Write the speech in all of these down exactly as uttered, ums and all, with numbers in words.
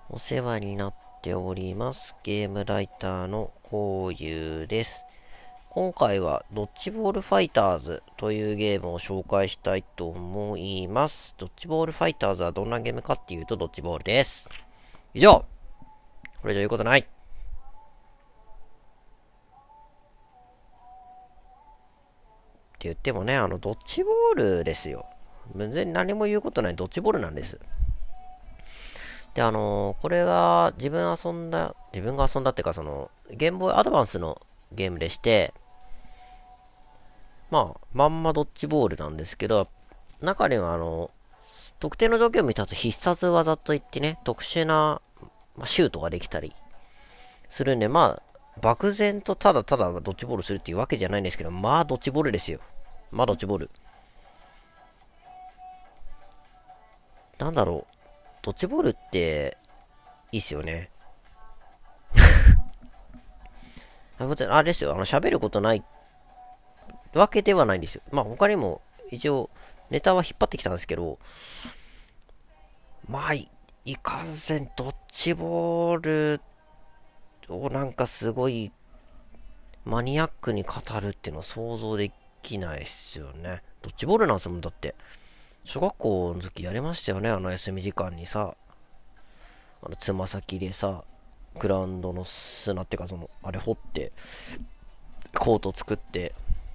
お世話になっております。ゲームライターのこうゆうです。今回はドッジボールファイターズというゲームを紹介したいと思います。ドッジボールファイターズはどんなゲームかっていうとドッジボールです。以上。これ以上言うことない。って言ってもね、あのドッジボールですよ。全然何も言うことないドッジボールなんです。で、あのーこれは自分遊んだ、自分が遊んだっていうか、その、ゲームボーイアドバンスのゲームでして、まあ、まんまドッジボールなんですけど、中にはあの、特定の条件を満たす必殺技といってね、特殊な、まあ、シュートができたりするんで、まあ、漠然とただただドッジボールするっていうわけじゃないんですけど、まあ、ドッジボールですよ。まあ、ドッジボール。なんだろう。ドッジボールって、いいっすよね。ああれですよ、あの、喋ることないわけではないんですよ。まあ、他にも、一応、ネタは引っ張ってきたんですけど、まあ、い、いかんせん、ドッジボールをなんかすごいマニアックに語るっていうのは想像できないっすよね。ドッジボールなんすもん、だって。小学校の時やりましたよね、あの休み時間にさ、あのつま先でさ、グラウンドの砂ってかその、あれ掘って、コート作って、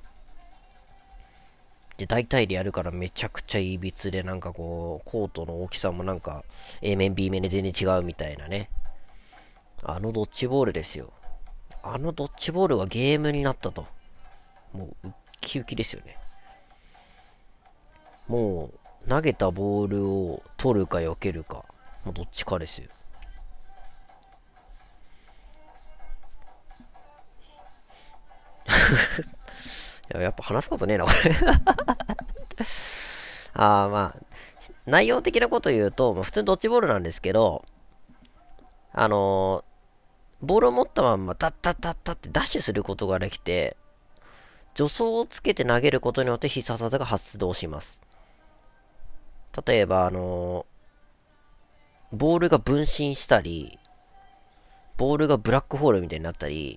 で、大体でやるからめちゃくちゃいびつで、なんかこう、コートの大きさもなんか、A 面 B 面で全然違うみたいなね。あのドッジボールですよ。あのドッジボールがゲームになったと。もう、ウッキウキですよね。もう、投げたボールを取るか避けるか。もうどっちかですよ。いや、やっぱ話すことねえな、これ。ああ、まあ、内容的なこと言うと、まあ、普通にドッジボールなんですけど、あのーボールを持ったまんま、タッタッタッタってダッシュすることができて、助走をつけて投げることによって必殺技が発動します。例えば、あのーボールが分身したり、ボールがブラックホールみたいになったり、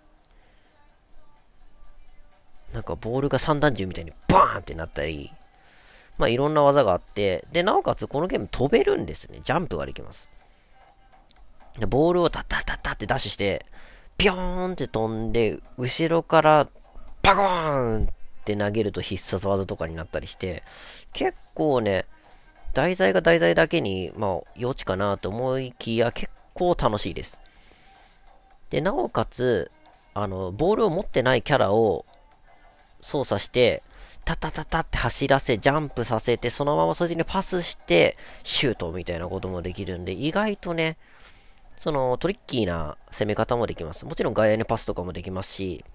なんかボールが散弾銃みたいにバーンってなったり、まあいろんな技があって、で、なおかつこのゲーム飛べるんですね。ジャンプができます。でボールをタッタッタッタってダッシュして、ピョーンって飛んで、後ろからパコーンって投げると必殺技とかになったりして、結構ね、題材が題材だけに、まあ、幼稚かなと思いきや、結構楽しいです。で、なおかつ、あの、ボールを持ってないキャラを操作して、タタタタって走らせ、ジャンプさせて、そのままそっちにパスして、シュートみたいなこともできるんで、意外とね、そのトリッキーな攻め方もできます。もちろん外野にパスとかもできますし、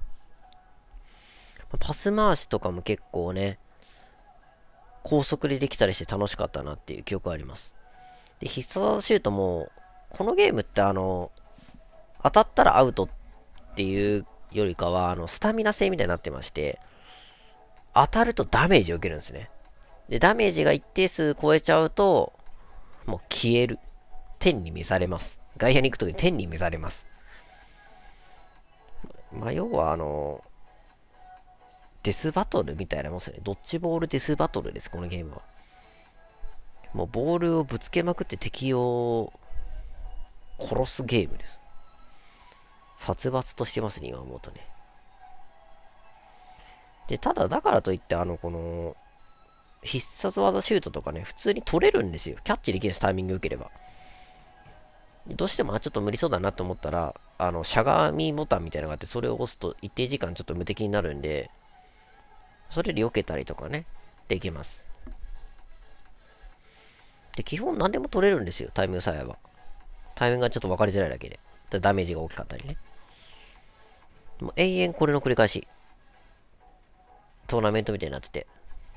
パス回しとかも結構ね、高速でできたりして楽しかったなっていう記憶あります。で、必殺技シュートも、このゲームってあの、当たったらアウトっていうよりかは、あの、スタミナ制みたいになってまして、当たるとダメージを受けるんですね。で、ダメージが一定数超えちゃうと、もう消える。天に召されます。外野に行くときに天に召されます。まあ、要はあの、デスバトルみたいなもんですよね。ドッジボールデスバトルです、このゲームは。もうボールをぶつけまくって敵を殺すゲームです。殺伐としてますね、今思うとね。で、ただ、だからといって、あの、この、必殺技シュートとかね、普通に取れるんですよ。キャッチできるんです、タイミング良ければ。どうしても、あ、ちょっと無理そうだなと思ったら、あの、しゃがみボタンみたいなのがあって、それを押すと一定時間ちょっと無敵になるんで、それで避けたりとかね、できます。で、基本何でも取れるんですよ、タイミングさえあれば。タイミングがちょっと分かりづらいだけで。でダメージが大きかったりね。もう永遠これの繰り返し。トーナメントみたいになってて。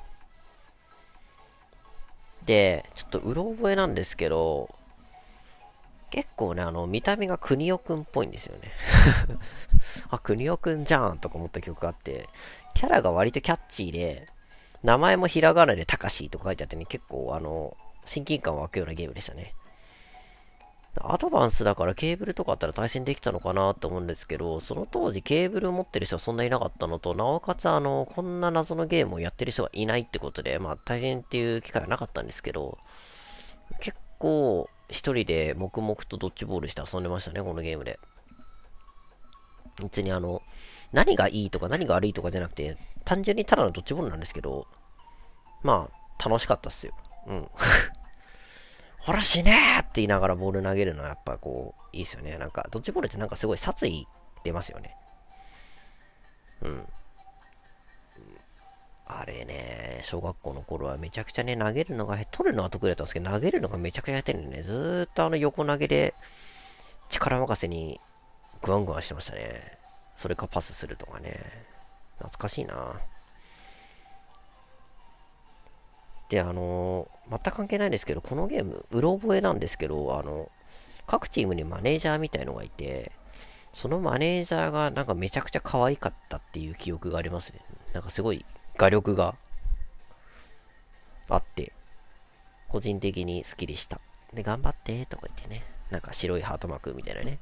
で、ちょっとうろ覚えなんですけど、結構ね、あの、見た目がクニオくんっぽいんですよね。あ、クニオくんじゃんとか思った曲があって、キャラが割とキャッチーで、名前もひらがなでたかしとか書いてあってね、結構あの、親近感湧くようなゲームでしたね。 アドバンスだからケーブルとかあったら対戦できたのかなと思うんですけど、その当時ケーブル持ってる人はそんないなかったのと、なおかつあの、こんな謎のゲームをやってる人がいないってことで、まあ対戦っていう機会はなかったんですけど、結構一人で黙々とドッジボールして遊んでましたね、このゲームで。別にあの、何がいいとか何が悪いとかじゃなくて、単純にただのドッジボールなんですけど、まあ、楽しかったっすよ。うん。ほら死ねーって言いながらボール投げるのはやっぱこう、いいですよね。なんか、ドッジボールってなんかすごい殺意出ますよね。うん。あれね、小学校の頃はめちゃくちゃね、投げるのが、取るのは得意だったんですけど、投げるのがめちゃくちゃやってるんでね、ずーっとあの横投げで力任せにグワングワンしてましたね。それかパスするとかね。懐かしいな。で、あのー全く関係ないんですけど、このゲーム、うろ覚えなんですけど、あの、各チームにマネージャーみたいのがいて、そのマネージャーがなんかめちゃくちゃ可愛かったっていう記憶がありますね。なんかすごい画力があって、個人的に好きでした。で、頑張ってとか言ってね、なんか白いハートマークみたいなね。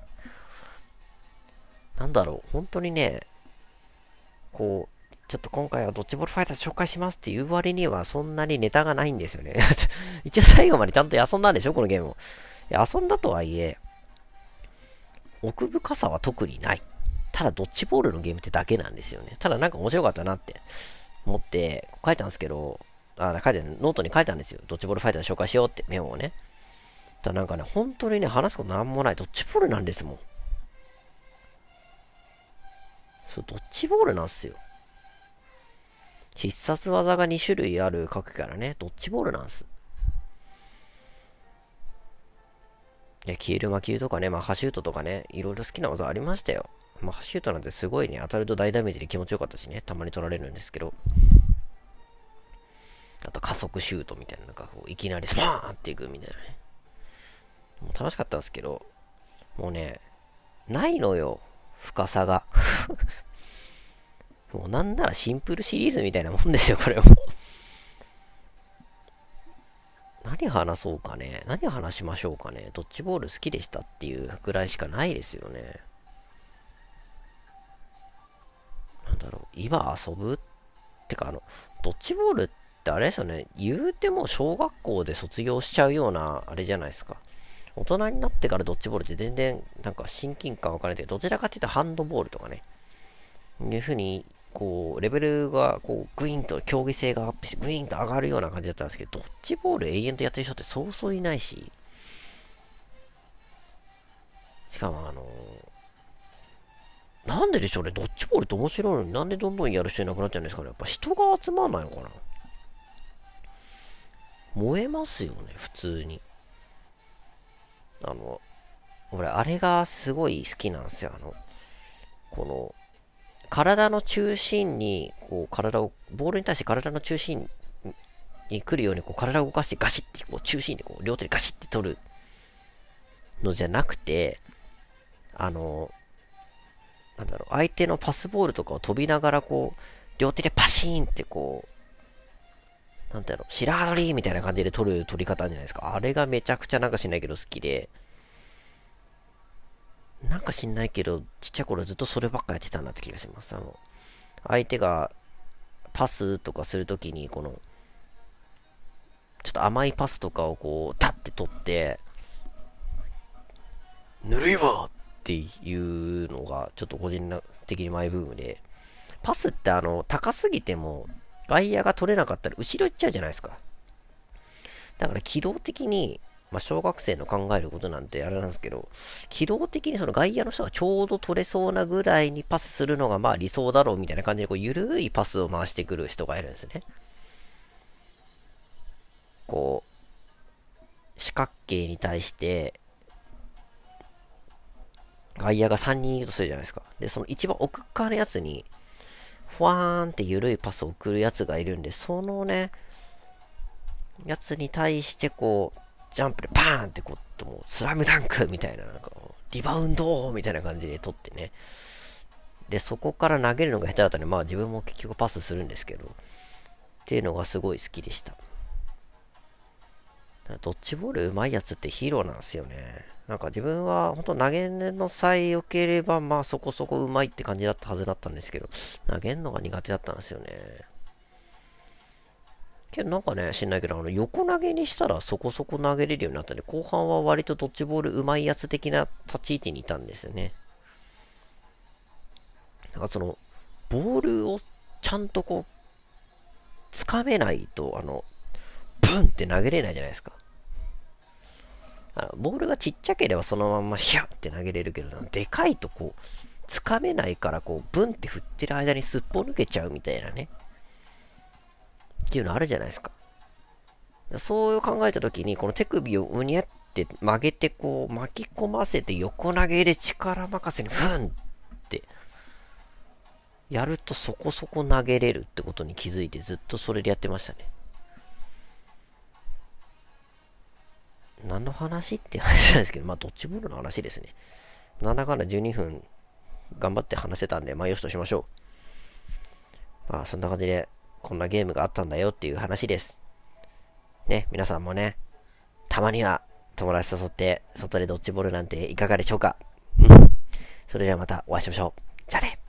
なんだろう、本当にね、こう、ちょっと今回はドッジボールファイターズ紹介しますっていう割にはそんなにネタがないんですよね。一応最後までちゃんと遊んだんでしょこのゲームを。いや遊んだとはいえ、奥深さは特にない。ただドッジボールのゲームってだけなんですよね。ただなんか面白かったなって思って書いたんですけど、あ、書いてノートに書いたんですよ。ドッジボールファイターズ紹介しようってメモをね。ただなんかね、本当にね、話すことなんもない。ドッジボールなんですもん。そう、ドッジボールなんすよ。必殺技がに種類ある各からね、ドッジボールなんす。いや、消える魔球とかね、マッハシュートとかね、いろいろ好きな技ありましたよ。マッハシュートなんてすごいね、当たると大ダメージで気持ちよかったしね、たまに取られるんですけど。あと加速シュートみたいな、なんかこう、いきなりスパーンっていくみたいなね。もう楽しかったんですけど、もうね、ないのよ、深さが。もうなんならシンプルシリーズみたいなもんですよ、これも。何話そうかね。何話しましょうかね。ドッジボール好きでしたっていうぐらいしかないですよね。なんだろう。今遊ぶってか、あの、ドッジボールってあれですよね。言うても小学校で卒業しちゃうような、あれじゃないですか。大人になってからドッジボールって全然、なんか親近感わかないけど、どちらかっていうとハンドボールとかね。いうふうに、こう、レベルが、こう、グイーンと競技性がアップして、グイーンと上がるような感じだったんですけど、ドッジボール永遠とやってる人ってそうそういないし、しかもあのーなんででしょうね、ドッジボールって面白いのになんでどんどんやる人いなくなっちゃうんですかね。やっぱ人が集まんないのかな。燃えますよね、普通に。あの、俺、あれがすごい好きなんですよ。あの、この、体の中心に、こう、体を、ボールに対して体の中心に来るように、こう、体を動かしてガシッて、こう、中心でこう、両手でガシッて取るのじゃなくて、あの、なんだろう、相手のパスボールとかを飛びながら、こう、両手でパシーンってこう、なんだろう、白羽取りみたいな感じで取る取り方じゃないですか。あれがめちゃくちゃなんか知んないけど好きで、なんか知んないけど、ちっちゃい頃ずっとそればっかやってたなって気がします。あの、相手がパスとかするときに、この、ちょっと甘いパスとかをこう、タッて取って、ぬるいわっていうのが、ちょっと個人的にマイブームで、パスってあの、高すぎても、外野が取れなかったら後ろ行っちゃうじゃないですか。だから機動的に、まあ、小学生の考えることなんてあれなんですけど、機動的にその外野の人がちょうど取れそうなぐらいにパスするのがまあ理想だろうみたいな感じで、こう、ゆるいパスを回してくる人がいるんですね。こう、四角形に対して、外野がさんにんいるとするじゃないですか。で、その一番奥側のやつに、ふわーんって緩いパスを送るやつがいるんで、そのね、やつに対してこう、ジャンプでパーンってこう、もうスラムダンクみたいな、なんか、リバウンドみたいな感じで取ってね。で、そこから投げるのが下手だったので、まあ自分も結局パスするんですけど、っていうのがすごい好きでした。 ドッジボール上手いやつってヒーローなんですよね。なんか自分は本当投げのさえ良ければまあそこそこ上手いって感じだったはずだったんですけど、投げんのが苦手だったんですよね。けどなんかね、知んないけど、あの横投げにしたらそこそこ投げれるようになったんで、後半は割とドッジボール上手いやつ的な立ち位置にいたんですよね。なんかその、ボールをちゃんとこう、つかめないと、あの、ブンって投げれないじゃないですか。あのボールがちっちゃければそのまんまヒュッって投げれるけど、でかいとこう、つかめないからこう、ブンって振ってる間にすっぽ抜けちゃうみたいなね。っていうのあるじゃないですか。そう考えたときに、この手首をうにゃって曲げてこう、巻き込ませて横投げで力任せにブンってやるとそこそこ投げれるってことに気づいてずっとそれでやってましたね。何の話って話なんですけど、まあドッジボールの話ですね。なんだかんだじゅうにふん頑張って話せたんで、まあよしとしましょう。まあそんな感じで、こんなゲームがあったんだよっていう話です。ね、皆さんもね、たまには友達誘って外でドッジボールなんていかがでしょうか。それではまたお会いしましょう。じゃあね。